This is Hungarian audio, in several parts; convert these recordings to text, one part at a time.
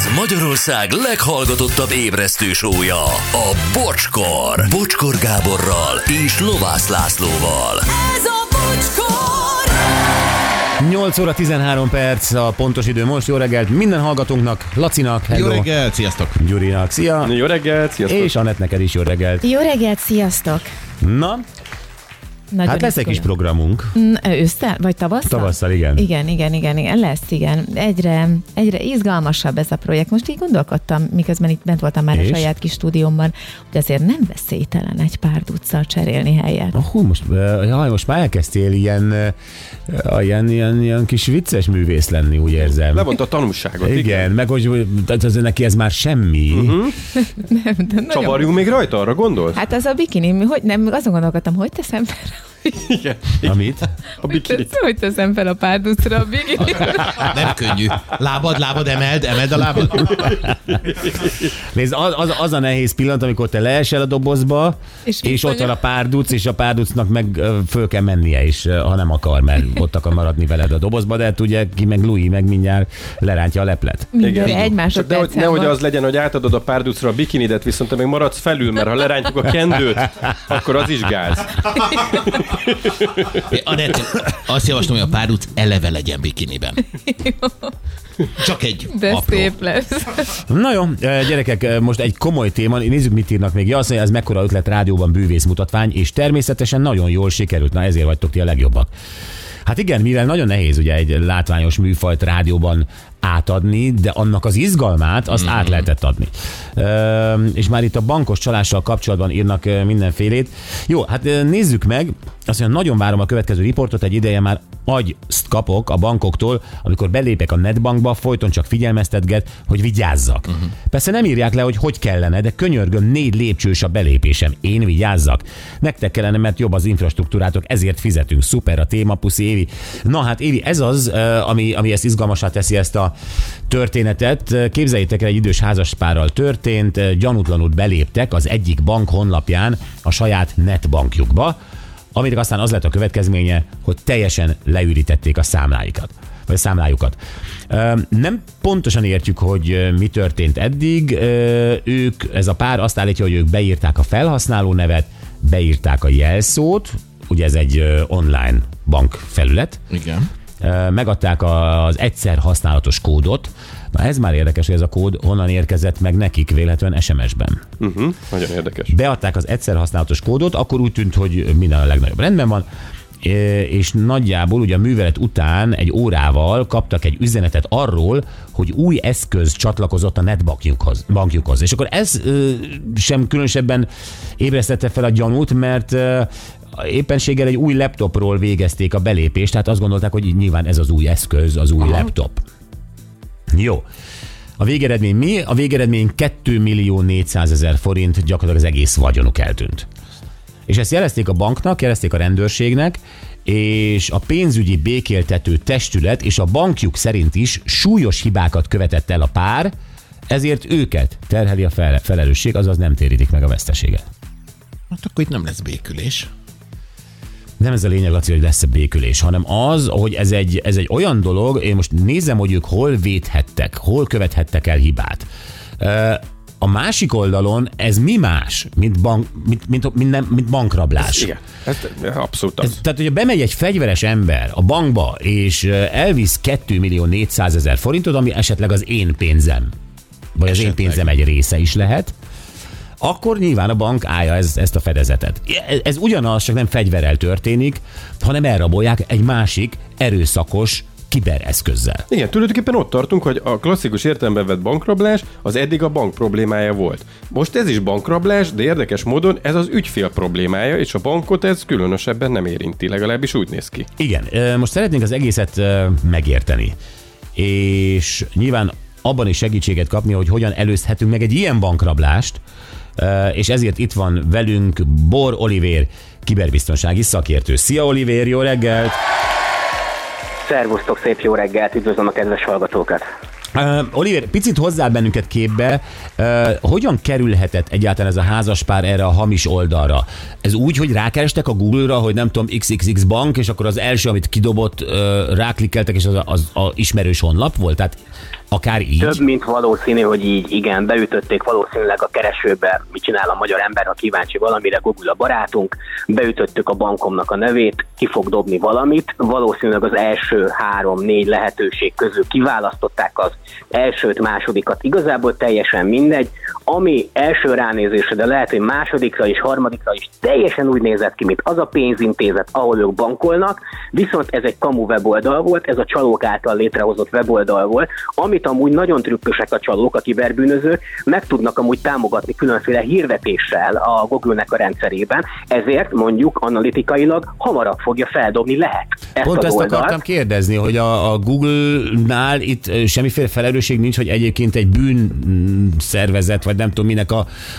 Ez Magyarország leghallgatottabb ébresztő show-ja, a Bocskor. Bocskor Gáborral és Lovász Lászlóval. Ez a Bocskor! 8 óra 13 perc a pontos idő most. Jó reggelt minden hallgatónknak, Lacinak, hello. Jó reggelt, sziasztok! Gyurinak, szia! Jó reggelt, sziasztok! És Anett, neked is jó reggelt. Jó reggelt, sziasztok! Na, Nagyon hát lesz egy kis programunk. Ősszel? Vagy tavasszal? Tavasszal, igen. Igen, lesz, igen. Egyre izgalmasabb ez a projekt. Most így gondolkodtam, miközben itt bent voltam már és? a saját kis stúdiómban, hogy azért nem veszélytelen egy pár duccal cserélni helyet. Most már elkezdtél ilyen kis vicces művész lenni, úgy érzem. Levont a tanulságot, igen. Meg hogy neki ez már semmi. Nem, Csavarjunk még rajta, arra gondolsz? Hát az a bikini, hogy nem, azon gondolkodtam, hogy teszem fel. Igen. Amit? A bikini. Hogy teszem fel a párducra a bikinit? Nem könnyű. Lábad, emeld a lábad. Nézd, az a nehéz pillanat, amikor te leesel a dobozba, és ott van a párduc, és a párducnak meg föl kell mennie is, ha nem akar, mert ott akar maradni veled a dobozba, de hát ugye ki meg Louis meg mindjárt lerántja a leplet. Mindjárt egy Csak másodpercen nehogy van. az legyen, hogy átadod a párducra a bikinidet, viszont te még maradsz felül, mert ha lerántjuk a kendőt, akkor az is gáz. Anett, azt javaslom, hogy a párduc eleve legyen bikiniben. Csak egy De apró. szép lesz. Na jó, gyerekek, most egy komoly téma, nézzük, mit írnak még. Ja, azt mondja, ez mekkora ötlet rádióban bűvészmutatvány, és természetesen nagyon jól sikerült. Na ezért vagytok ti a legjobbak. Hát igen, mivel nagyon nehéz ugye egy látványos műfajt rádióban átadni, de annak az izgalmát azt át lehetett adni. És már itt a bankos csalással kapcsolatban írnak mindenfélét. Jó, hát nézzük meg. Azt mondja, nagyon várom a következő riportot, egy ideje már agyszt kapok a bankoktól, amikor belépek a netbankba, folyton csak figyelmeztetget, hogy vigyázzak. Persze nem írják le, hogy kellene, de könyörgöm, 4 lépcsős a belépésem. Én vigyázzak. Nektek kellene, mert jobb az infrastruktúrátok, ezért fizetünk. Szuper a téma, puszi Évi. Na hát Évi, ez az, ami ezt izgalmassá teszi, ezt a történetet. Képzeljétek el, egy idős házaspárral történt, gyanútlanul beléptek az egyik bank honlapján a saját netbankjukba, aminek aztán az lett a következménye, hogy teljesen leürítették a számlájukat. Nem pontosan értjük, hogy mi történt eddig. Ez a pár azt állítja, hogy ők beírták a felhasználó nevet, beírták a jelszót, ugye ez egy online bankfelület. Igen. Megadták az egyszer használatos kódot. Na ez már érdekes, hogy ez a kód honnan érkezett meg nekik, véletlenül SMS-ben. Nagyon érdekes. Beadták az egyszer használatos kódot, akkor úgy tűnt, hogy minden a legnagyobb rendben van, és nagyjából ugye a művelet után egy órával kaptak egy üzenetet arról, hogy új eszköz csatlakozott a netbankjukhoz. És akkor ez sem különösebben ébresztette fel a gyanút, mert éppenséggel egy új laptopról végezték a belépést, tehát azt gondolták, hogy nyilván ez az új eszköz, az új laptop. Jó. A végeredmény mi? A végeredmény 2.400.000 forint, gyakorlatilag az egész vagyonuk eltűnt. És ezt jelezték a banknak, jelezték a rendőrségnek, és a pénzügyi békéltető testület és a bankjuk szerint is súlyos hibákat követett el a pár, ezért őket terheli a felelősség, azaz nem térítik meg a veszteséget. Hát akkor itt nem lesz békülés. Nem ez a lényeg, Laci, hogy lesz-e békülés, hanem az, hogy ez egy olyan dolog, én most nézem, hogy ők hol védhettek, hol követhettek el hibát. A másik oldalon ez mi más, mint bankrablás? Igen, ez abszolút az. Tehát, hogyha bemegy egy fegyveres ember a bankba, és elvisz 2.400.000 forintot, ami esetleg az én pénzem, vagy az én pénzem egy része is lehet, akkor nyilván a bank állja ezt a fedezetet. Ez ugyanaz, csak nem fegyverrel történik, hanem elrabolják egy másik erőszakos kibereszközzel. Igen, tulajdonképpen ott tartunk, hogy a klasszikus értelemben vett bankrablás az eddig a bank problémája volt. Most ez is bankrablás, de érdekes módon ez az ügyfél problémája, és a bankot ez különösebben nem érinti, legalábbis úgy néz ki. Igen, most szeretnénk az egészet megérteni. És nyilván abban is segítséget kapni, hogy hogyan előzhetünk meg egy ilyen bankrablást, és ezért itt van velünk Bor Olivér, kiberbiztonsági szakértő. Szia Olivér, jó reggelt! Szervusztok, szép jó reggelt, üdvözlöm a kedves hallgatókat! Olivér, picit hozzád bennünket képbe, hogyan kerülhetett egyáltalán ez a házaspár erre a hamis oldalra? Ez úgy, hogy rákerestek a Google-ra, hogy nem tudom, XXX bank, és akkor az első, amit kidobott, ráklikkeltek, és az ismerős honlap volt? Tehát Akár így? Több, mint valószínű, hogy így, igen, beütötték valószínűleg a keresőbe, mit csinál a magyar ember, ha kíváncsi valamire, Google a barátunk, beütöttük a bankomnak a nevét, ki fog dobni valamit, valószínűleg az első 3-4 lehetőség közül kiválasztották az elsőt, másodikat, igazából teljesen mindegy, ami első ránézésre, de lehet, hogy másodikra és harmadikra is teljesen úgy nézett ki, mint az a pénzintézet, ahol ők bankolnak, viszont ez egy kamu weboldal volt, ez a csalók által létrehozott weboldal volt, amit amúgy nagyon trükkösek a csalók, a kiberbűnözők, meg tudnak amúgy támogatni különféle hirdetéssel a Google-nek a rendszerében, ezért mondjuk analytikailag hamarabb fogja feldobni lehet Pont ezt oldalt. akartam kérdezni, hogy a Google-nál itt semmiféle felelősség nincs, hogy egyébként egy bűnszervezet, vagy nem tudom minek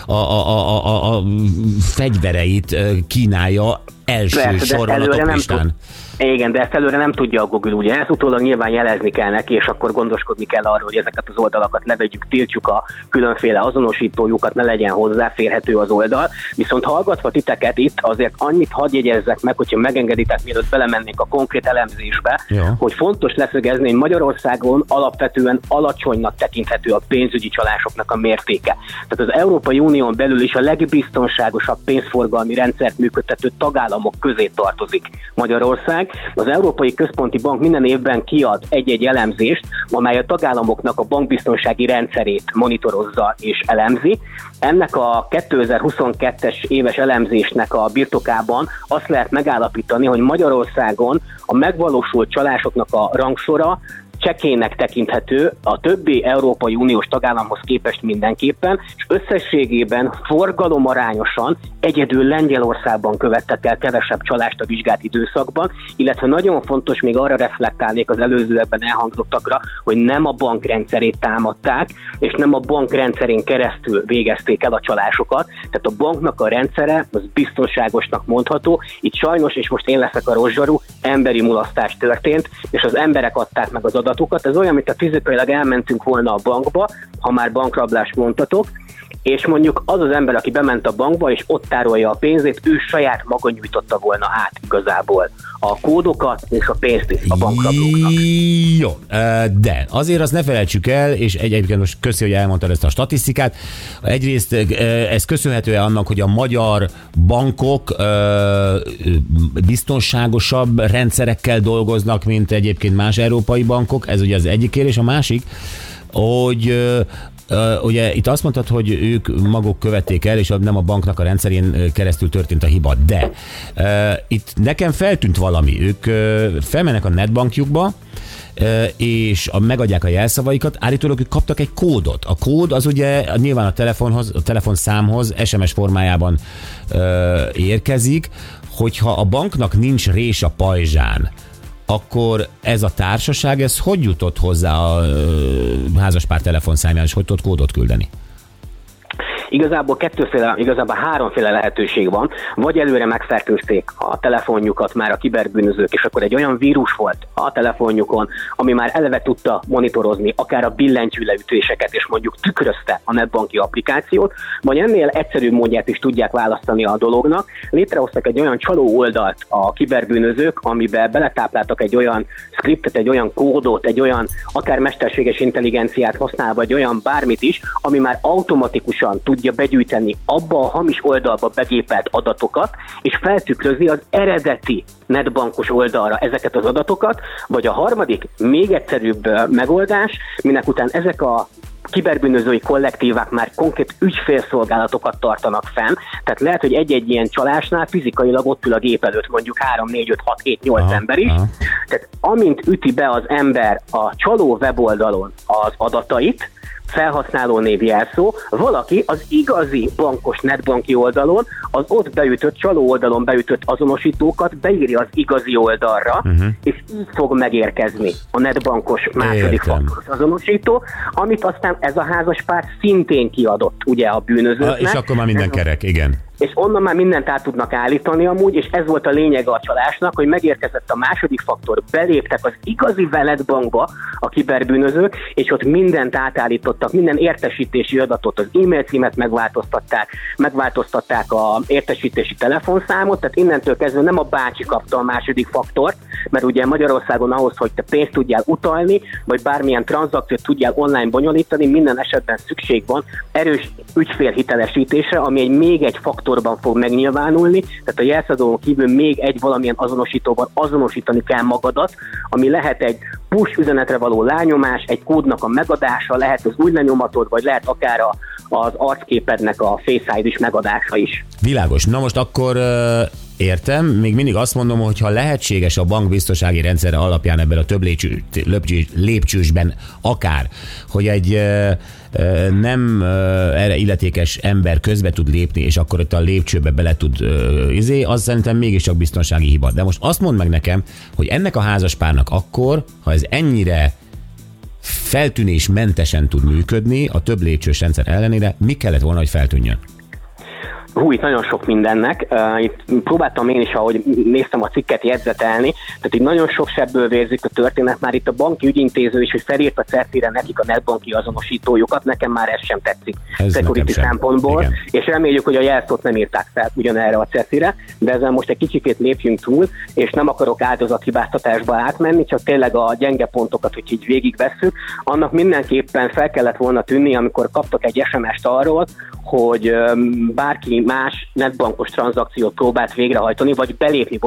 a fegyvereit kínálja első Persze, sorban a toplistán. Igen, de ezt előre nem tudja a Google, ugye ezt utólag nyilván jelezni kell neki, és akkor gondoskodni kell arról, hogy ezeket az oldalakat levegyük, tiltsuk a különféle azonosítójukat, ne legyen hozzáférhető az oldal. Viszont hallgatva titeket itt, azért annyit hadd jegyezzek meg, hogyha megengeditek, mielőtt belemennénk a konkrét elemzésbe, hogy fontos leszögezni, hogy Magyarországon alapvetően alacsonynak tekinthető a pénzügyi csalásoknak a mértéke. Tehát az Európai Unión belül is a legbiztonságosabb pénzforgalmi rendszert működtető tagállamok közé tartozik Magyarország. Az Európai Központi Bank minden évben kiad egy-egy elemzést, amely a tagállamoknak a bankbiztonsági rendszerét monitorozza és elemzi. Ennek a 2022-es éves elemzésnek a birtokában azt lehet megállapítani, hogy Magyarországon a megvalósult csalásoknak a rangsora csekélynek tekinthető a többi Európai Uniós tagállamhoz képest mindenképpen, és összességében forgalomarányosan egyedül Lengyelországban követtek el kevesebb csalást a vizsgált időszakban, illetve nagyon fontos, még arra reflektálnék az előzőekben elhangzottakra, hogy nem a bankrendszerét támadták, és nem a bankrendszerén keresztül végezték el a csalásokat, tehát a banknak a rendszere az biztonságosnak mondható, itt sajnos, és most én leszek a rozsarú, emberi mulasztás történt, és az emberek adták meg az adatokat. Ez olyan, mint a fizikailag elmentünk volna a bankba, ha már bankrablást mondtatok, és mondjuk az az ember, aki bement a bankba, és ott tárolja a pénzét, ő saját maga nyújtotta volna át igazából a kódokat és a pénzt is a bankrablóknak. Jó, de azért azt ne felejtsük el, és egyébként most köszi, hogy elmondtad ezt a statisztikát. Egyrészt ez köszönhető annak, hogy a magyar bankok biztonságosabb rendszerekkel dolgoznak, mint egyébként más európai bankok. Ez ugye az egyik kérdés. A másik, hogy ugye itt azt mondtad, hogy ők maguk követték el, és nem a banknak a rendszerén keresztül történt a hiba, de itt nekem feltűnt valami. Ők felmennek a netbankjukba, és megadják a jelszavaikat, állítólag ők kaptak egy kódot. A kód az ugye nyilván a telefonszámhoz SMS formájában érkezik, hogyha a banknak nincs rés a pajzsán, akkor ez a társaság, ez hogy jutott hozzá a házaspár telefonszámjához, és hogy tudott kódot küldeni? Igazából háromféle lehetőség van, vagy előre megfertőzték a telefonjukat már a kiberbűnözők, és akkor egy olyan vírus volt a telefonjukon, ami már eleve tudta monitorozni akár a billentyűleütéseket, és mondjuk tükrözte a netbanki applikációt, vagy ennél egyszerűbb módját is tudják választani a dolognak. Létrehoztak egy olyan csaló oldalt a kiberbűnözők, amiben beletápláltak egy olyan scriptet, egy olyan kódot, egy olyan akár mesterséges intelligenciát használva, vagy olyan bármit is, ami már automatikusan tudja begyűjteni abba a hamis oldalba begépelt adatokat, és feltükrözi az eredeti netbankos oldalra ezeket az adatokat, vagy a harmadik, még egyszerűbb megoldás, minek után ezek a kiberbűnözői kollektívák már konkrét ügyfélszolgálatokat tartanak fenn, tehát lehet, hogy egy-egy ilyen csalásnál fizikailag ott ül a gép előtt mondjuk 3, 4, 5, 6, 7, 8 ember is, tehát amint üti be az ember a csaló weboldalon az adatait, felhasználó név jelszó, valaki az igazi bankos netbanki oldalon, az ott beütött, csaló oldalon beütött azonosítókat beírja az igazi oldalra, és így fog megérkezni a netbankos második faktoros azonosító, amit aztán ez a házaspár szintén kiadott ugye a bűnözőknek. És akkor már minden kerek, igen. és onnan már mindent át tudnak állítani amúgy, és ez volt a lényege a csalásnak, hogy megérkezett a második faktor, beléptek az igazi veletbankba a kiberbűnözők, és ott mindent átállítottak, minden értesítési adatot, az e-mail címet megváltoztatták a értesítési telefonszámot, tehát innentől kezdve nem a bácsi kapta a második faktort, mert ugye Magyarországon ahhoz, hogy te pénzt tudjál utalni, vagy bármilyen tranzakciót tudjál online bonyolítani, minden esetben szükség van erős ügyfélhitelesítésre, ami még egy faktorban fog megnyilvánulni, tehát a jelszavon kívül még egy valamilyen azonosítóval azonosítani kell magadat, ami lehet egy push üzenetre való rányomás, egy kódnak a megadása, lehet az új lenyomatod, vagy lehet akár az arcképednek a Face ID is megadása is. Világos. Na most akkor értem, még mindig azt mondom, hogy ha lehetséges a bankbiztonsági rendszere alapján ebben a több lépcsősben akár, hogy egy nem erre illetékes ember közbe tud lépni, és akkor itt a lépcsőbe bele tud az szerintem mégiscsak biztonsági hiba. De most azt mondd meg nekem, hogy ennek a házaspárnak akkor, ha ez ennyire feltűnésmentesen tud működni a több lépcsős rendszer ellenére, mi kellett volna, hogy feltűnjön? Itt nagyon sok mindennek. Itt próbáltam én is, ahogy néztem a cikket, jegyzetelni, tehát itt nagyon sok sebből vérzik a történet. Már itt a banki ügyintéző is, hogy felírt a certire nekik a netbanki azonosítójukat, nekem már ez sem tetszik security szempontból, igen. És reméljük, hogy a jelszót nem írták fel ugyanerre a certire, de ezzel most egy kicsikét lépjünk túl, és nem akarok áldozathibáztatásba átmenni, csak tényleg a gyenge pontokat, hogy így végigvesszük, annak mindenképpen fel kellett volna tűnni, amikor kaptak egy SMS-t arról, hogy bárki más netbankos tranzakciót próbált végrehajtani, vagy belépni,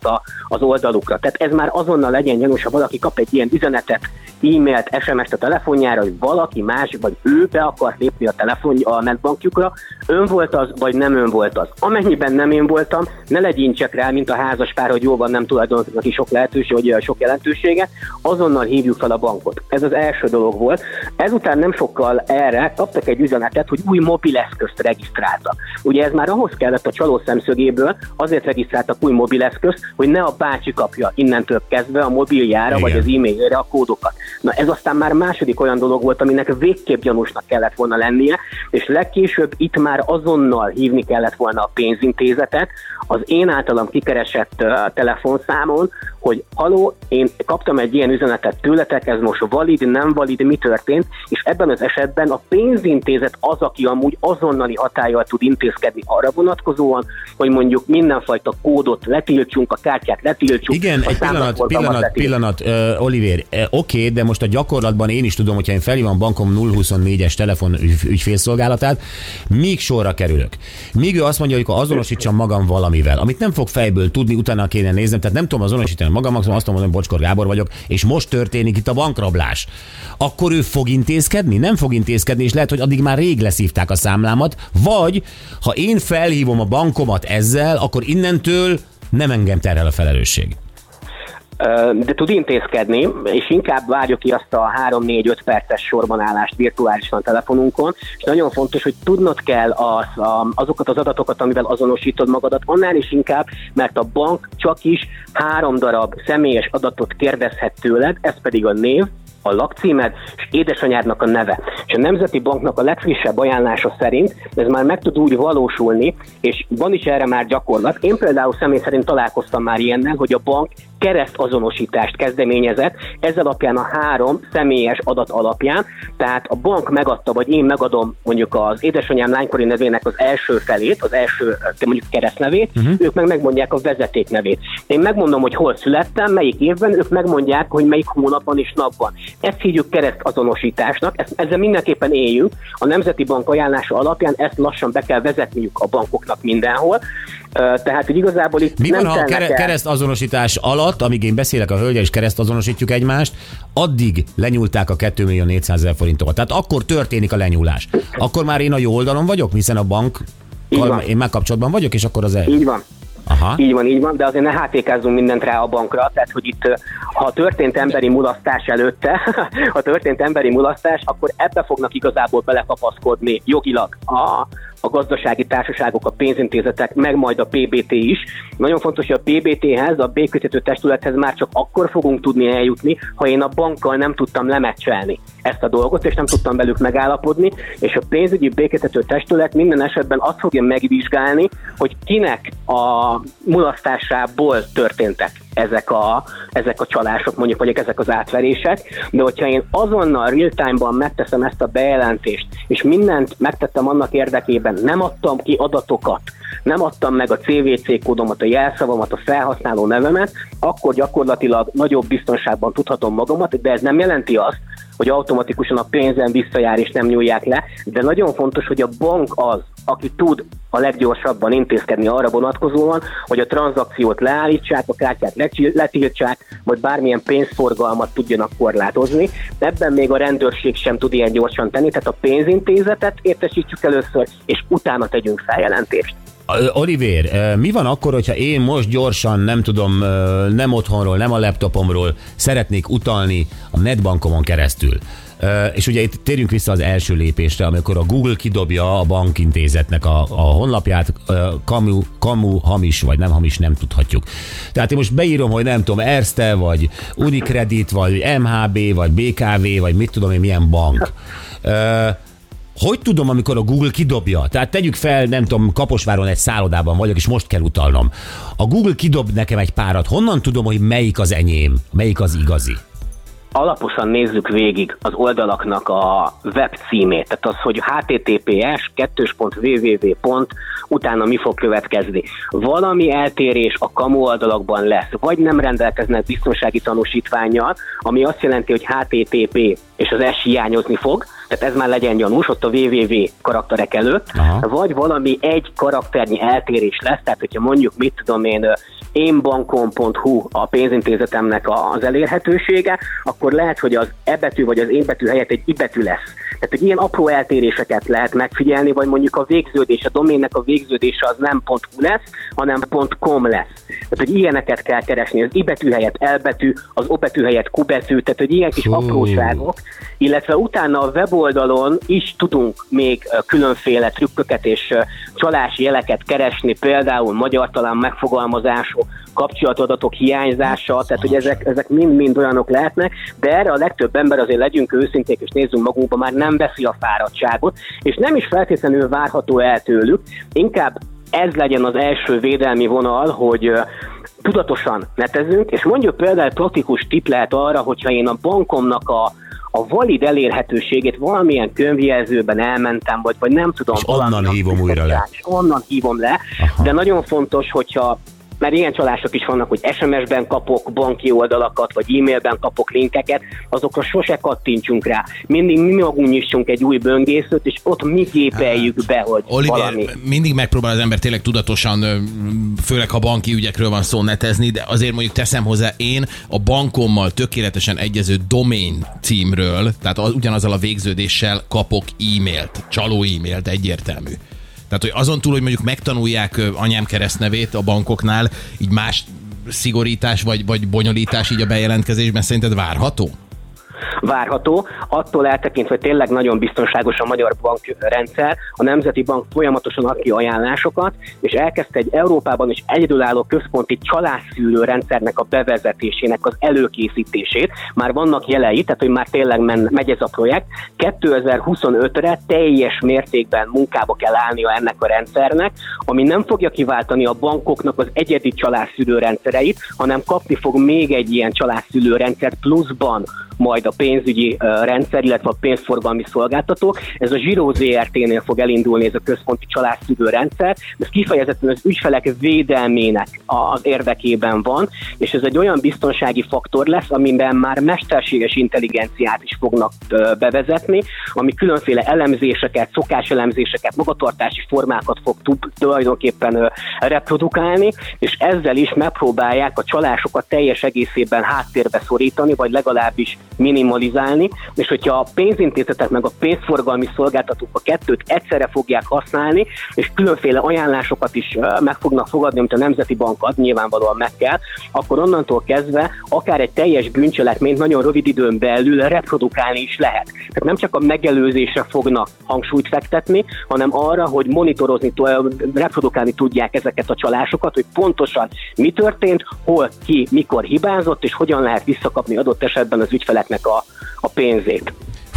az oldalukra. Tehát ez már azonnal legyen gyanús, ha valaki kap egy ilyen üzenetet, e-mailt, SMS-t a telefonjára, hogy valaki más, vagy ő be akar lépni a netbankjukra, ön volt az, vagy nem ön volt az. Amennyiben nem én voltam, ne legyintsek rá, mint a házaspár, hogy jóban nem tulajdonosnak ki sok jelentősége, azonnal hívjuk fel a bankot. Ez az első dolog volt. Ezután nem sokkal erre kaptak egy üzenetet, hogy új mobileszközt regisztráltak. Ugye ez már ahhoz kellett a csaló szemszögéből, azért regisztráltak új mobileszközt, hogy ne a bácsi kapja innentől kezdve a mobiljára, igen, vagy az e-mailre a kódokat. Na ez aztán már második olyan dolog volt, aminek végképp gyanúsnak kellett volna lennie, és legkésőbb itt már azonnal hívni kellett volna a pénzintézetet, az én általam kikeresett telefonszámon, hogy haló, én kaptam egy ilyen üzenetet tőletek, ez most valid, nem valid, mi történt, és ebben az esetben a pénzintézet az, aki amúgy azonnali hatállyal tud intézkedni arra vonatkozóan, hogy mondjuk mindenfajta kódot letiltsunk, a kártyát letiltsunk. Igen, egy pillanat, Olivér, oké, de most a gyakorlatban én is tudom, hogyha én felhívom bankom 024-es telefon ügyfélszolgálatát, míg sorra kerülök. Míg ő azt mondja, hogy azonosítsam magam valamivel, amit nem fog fejből tudni, utána kéne néznem, tehát nem tudom azonosítani magam, maximum azt mondom, hogy Bocskor Gábor vagyok, és most történik itt a bankrablás. Akkor ő fog intézkedni? Nem fog intézkedni, és lehet, hogy addig már rég leszívták a számlámat, vagy ha én felhívom a bankomat ezzel, akkor innentől nem engem terhel a felelősség. De tud intézkedni, és inkább várjuk ki azt a 3-4-5 perces sorbanállást virtuálisan a telefonunkon, és nagyon fontos, hogy tudnod kell azokat az adatokat, amivel azonosítod magadat, annál is inkább, mert a bank csak is 3 darab személyes adatot kérdezhet tőled, ez pedig a név, a lakcímed és édesanyádnak a neve. És a Nemzeti Banknak a legfrissebb ajánlása szerint ez már meg tud úgy valósulni, és van is erre már gyakorlat. Én például személy szerint találkoztam már ilyennel, hogy a bank keresztazonosítást kezdeményezett, ez alapján a 3 személyes adat alapján, tehát a bank megadta, vagy én megadom mondjuk az édesanyám lánykori nevének az első felét, az első mondjuk keresztnevét, ők meg megmondják a vezetéknevét. Én megmondom, hogy hol születtem, melyik évben, ők megmondják, hogy melyik hónapban és napban. Ezt hívjuk keresztazonosításnak, ezzel mindenképpen éljünk. A Nemzeti Bank ajánlása alapján ezt lassan be kell vezetniük a bankoknak mindenhol. Tehát, hogy igazából itt mi van, ha a keresztazonosítás alatt, amíg én beszélek a hölgyel és keresztazonosítjuk egymást, addig lenyúlták a 2.400.000 forintokat. Tehát akkor történik a lenyúlás. Akkor már én a jó oldalon vagyok, hiszen a bank én már kapcsolatban vagyok, és akkor az Így van. Aha. Így van, de azért ne hátékázzunk mindent rá a bankra, tehát hogy itt, ha történt emberi mulasztás előtte, ha történt emberi mulasztás, akkor ebbe fognak igazából belekapaszkodni jogilag a gazdasági társaságok, a pénzintézetek, meg majd a PBT is. Nagyon fontos, hogy a PBT-hez, a békkötető testülethez már csak akkor fogunk tudni eljutni, ha én a bankkal nem tudtam lemeccselni ezt a dolgot, és nem tudtam velük megállapodni, és a pénzügyi békkötető testület minden esetben azt fogja megvizsgálni, hogy kinek a mulasztásából történtek ezek a csalások, mondjuk, vagy ezek az átverések, de hogyha én azonnal real-time-ban megteszem ezt a bejelentést, és mindent megtettem annak érdekében, nem adtam ki adatokat, nem adtam meg a CVC kódomat, a jelszavamat, a felhasználó nevemet, akkor gyakorlatilag nagyobb biztonságban tudhatom magamat, de ez nem jelenti azt, hogy automatikusan a pénzem visszajár és nem nyúlják le, de nagyon fontos, hogy a bank az, aki tud a leggyorsabban intézkedni arra vonatkozóan, hogy a tranzakciót leállítsák, a kártyát letiltsák, vagy bármilyen pénzforgalmat tudjanak korlátozni. Ebben még a rendőrség sem tud ilyen gyorsan tenni, tehát a pénzintézetet értesítsük először, és utána tegyünk feljelentést. Olivér, mi van akkor, hogyha én most gyorsan, nem tudom, nem otthonról, nem a laptopomról szeretnék utalni a netbankomon keresztül? És ugye itt térjünk vissza az első lépésre, amikor a Google kidobja a bankintézetnek a honlapját, kamu hamis, vagy nem hamis, nem tudhatjuk. Tehát én most beírom, hogy nem tudom, Erste, vagy Unicredit, vagy MHB, vagy BKV, vagy mit tudom én, milyen bank. Hogy tudom, amikor a Google kidobja? Tehát tegyük fel, nem tudom, Kaposváron egy szállodában vagyok, és most kell utalnom. A Google kidob nekem egy párat. Honnan tudom, hogy melyik az enyém? Melyik az igazi? Alaposan nézzük végig az oldalaknak a web címét, tehát az, hogy https://www. Utána mi fog következni. Valami eltérés a kamu oldalakban lesz, vagy nem rendelkeznek biztonsági tanúsítvánnyal, ami azt jelenti, hogy HTTP és az S hiányozni fog, tehát ez már legyen gyanús, ott a www karakterek előtt, vagy valami egy karakternyi eltérés lesz, tehát hogyha mondjuk, mit tudom énbankom.hu a pénzintézetemnek az elérhetősége, akkor lehet, hogy az E betű vagy az én betű helyett egy I betű lesz. Tehát, hogy ilyen apró eltéréseket lehet megfigyelni, vagy mondjuk a végződés, a doménnek a végződése az nem .hu lesz, hanem .com lesz. Tehát, hogy ilyeneket kell keresni, az I betű helyett L betű, az O betű helyett Q betű, tehát, hogy ilyen kis apróságok, illetve utána a weboldalon is tudunk még különféle trükköket és csalási jeleket keresni, például magyartalan megfogalmazások, kapcsolatadatok hiányzása, tehát hogy ezek mind-mind olyanok lehetnek, de erre a legtöbb ember, azért legyünk őszinték és nézzünk magunkba, már nem veszi a fáradtságot, és nem is feltétlenül várható el tőlük, inkább ez legyen az első védelmi vonal, hogy tudatosan netezünk, és mondjuk például praktikus tipp lehet arra, hogyha én a bankomnak a valid elérhetőségét valamilyen könyvjelzőben elmentem, vagy nem tudom. És onnan hívom újra le. Onnan hívom le, de nagyon fontos, hogyha mert ilyen csalások is vannak, hogy SMS-ben kapok banki oldalakat, vagy e-mailben kapok linkeket, azokra sose kattintsunk rá. Mindig mi magunk nyissunk egy új böngészőt, és ott mi gépeljük be, hogy Olivér, valami. mindig megpróbál az ember tényleg tudatosan, főleg ha banki ügyekről van szó, netezni, de azért mondjuk teszem hozzá, én a bankommal tökéletesen egyező domain címről, tehát ugyanazzal a végződéssel kapok e-mailt, csaló e-mailt, egyértelmű. Tehát, hogy azon túl, hogy mondjuk megtanulják anyám keresztnevét a bankoknál, így más szigorítás vagy bonyolítás így a bejelentkezésben szerinted várható? Várható, attól eltekintve, hogy tényleg nagyon biztonságos a magyar bankrendszer, a Nemzeti Bank folyamatosan ad ki ajánlásosokat, és elkezdte egy Európában is egyedülálló központi csalásszűrő rendszernek a bevezetésének az előkészítését. Már vannak jelei, tehát hogy már tényleg megy ez a projekt. 2025-re teljes mértékben munkába kell állnia ennek a rendszernek, ami nem fogja kiváltani a bankoknak az egyedi csalásszűrő rendszereit, hanem kapni fog még egy ilyen csalásszűrő rendszert pluszban majd a pénzügyi rendszer, illetve a pénzforgalmi szolgáltatók. Ez a Giro ZRT-nél fog elindulni ez a központi csalásszűrő rendszer, ez kifejezetten az ügyfelek védelmének az érdekében van, és ez egy olyan biztonsági faktor lesz, amiben már mesterséges intelligenciát is fognak bevezetni, ami különféle elemzéseket, szokáselemzéseket, magatartási formákat fog tulajdonképpen reprodukálni, és ezzel is megpróbálják a csalásokat teljes egészében háttérbe szorítani, vagy legalábbis minimalizálni, és hogyha a pénzintézetek meg a pénzforgalmi szolgáltatók a kettőt egyszerre fogják használni, és különféle ajánlásokat is meg fognak fogadni, amit a Nemzeti Bank ad, nyilvánvalóan meg kell, akkor onnantól kezdve akár egy teljes bűncselekményt nagyon rövid időn belül reprodukálni is lehet. Tehát nem csak a megelőzésre fognak hangsúlyt fektetni, hanem arra, hogy monitorozni, reprodukálni tudják ezeket a csalásokat, hogy pontosan mi történt, hol, ki, mikor hibázott, és hogyan lehet visszakapni adott esetben az ügyfeleknek a pénzét.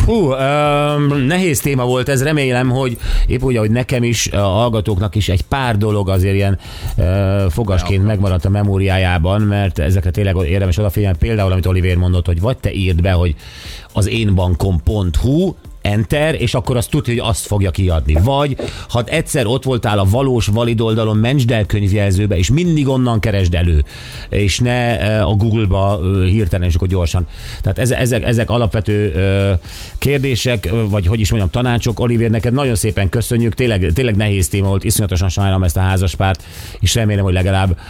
Nehéz téma volt ez, remélem, hogy épp úgy, ahogy nekem is, a hallgatóknak is egy pár dolog azért ilyen fogasként megmaradt a memóriájában, mert ezekre tényleg érdemes odafigyelni. Például, amit Olivér mondott, hogy vagy te írd be, hogy az énbankom.hu, enter, és akkor azt tudja, hogy azt fogja kiadni. Vagy, ha egyszer ott voltál a valós valid oldalon, mentsd el könyvjelzőbe, és mindig onnan keresd elő, és ne a Google-ba hirtelen, és akkor gyorsan. Tehát ezek alapvető kérdések, vagy hogy is mondjam, tanácsok. Olivér, neked nagyon szépen köszönjük, tényleg nehéz téma volt, iszonyatosan sajnálom ezt a házaspárt, és remélem, hogy legalább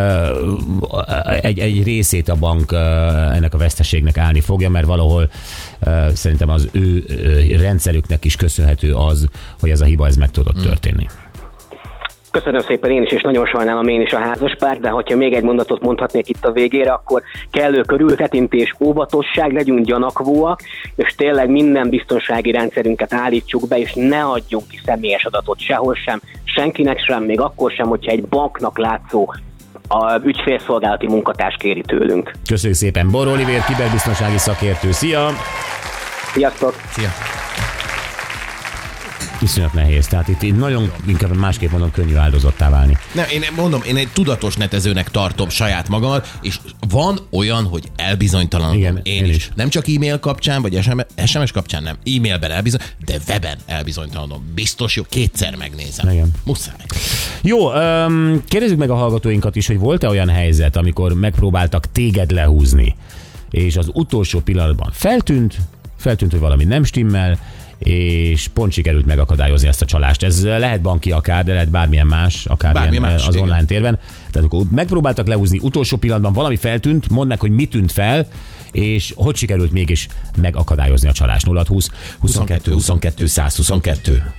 egy részét a bank ennek a veszteségnek állni fogja, mert valahol szerintem az ő rendszerüknek is köszönhető az, hogy ez a hiba meg tudott történni. Köszönöm szépen én is, és nagyon sajnálom én is a házaspárt, de hogyha még egy mondatot mondhatnék itt a végére, akkor kellő körültekintés, óvatosság, legyünk gyanakvóak, és tényleg minden biztonsági rendszerünket állítsuk be, és ne adjunk ki személyes adatot sehol sem, senkinek sem, még akkor sem, hogyha egy banknak látszó a ügyfélszolgálati munkatárs kéri tőlünk. Köszönjük szépen. Bor Olivér, kiberbiztonsági szakértő. Szia! Sziasztok! Szia! Iszonyat nehéz. Tehát itt nagyon, inkább másképp mondom, könnyű áldozattá válni. Nem, én mondom, én egy tudatos netezőnek tartom saját magamat, és van olyan, hogy elbizonytalanodom. Igen, én is. Nem csak e-mail kapcsán, vagy SMS kapcsán nem. E-mailben de weben elbizonytalanodom. Biztos jó, kétszer megnézem. Igen. Muszáj. Jó, kérdezzük meg a hallgatóinkat is, hogy volt-e olyan helyzet, amikor megpróbáltak téged lehúzni, és az utolsó pillanatban feltűnt, hogy valami nem stimmel, és pont sikerült megakadályozni ezt a csalást. Ez lehet banki akár, de lehet bármilyen más, akár bármilyen más, az online térben. Tehát akkor megpróbáltak lehúzni, utolsó pillanatban valami feltűnt, mondd meg, hogy mi tűnt fel, és hogy sikerült mégis megakadályozni a csalást. 0620 22 22 122.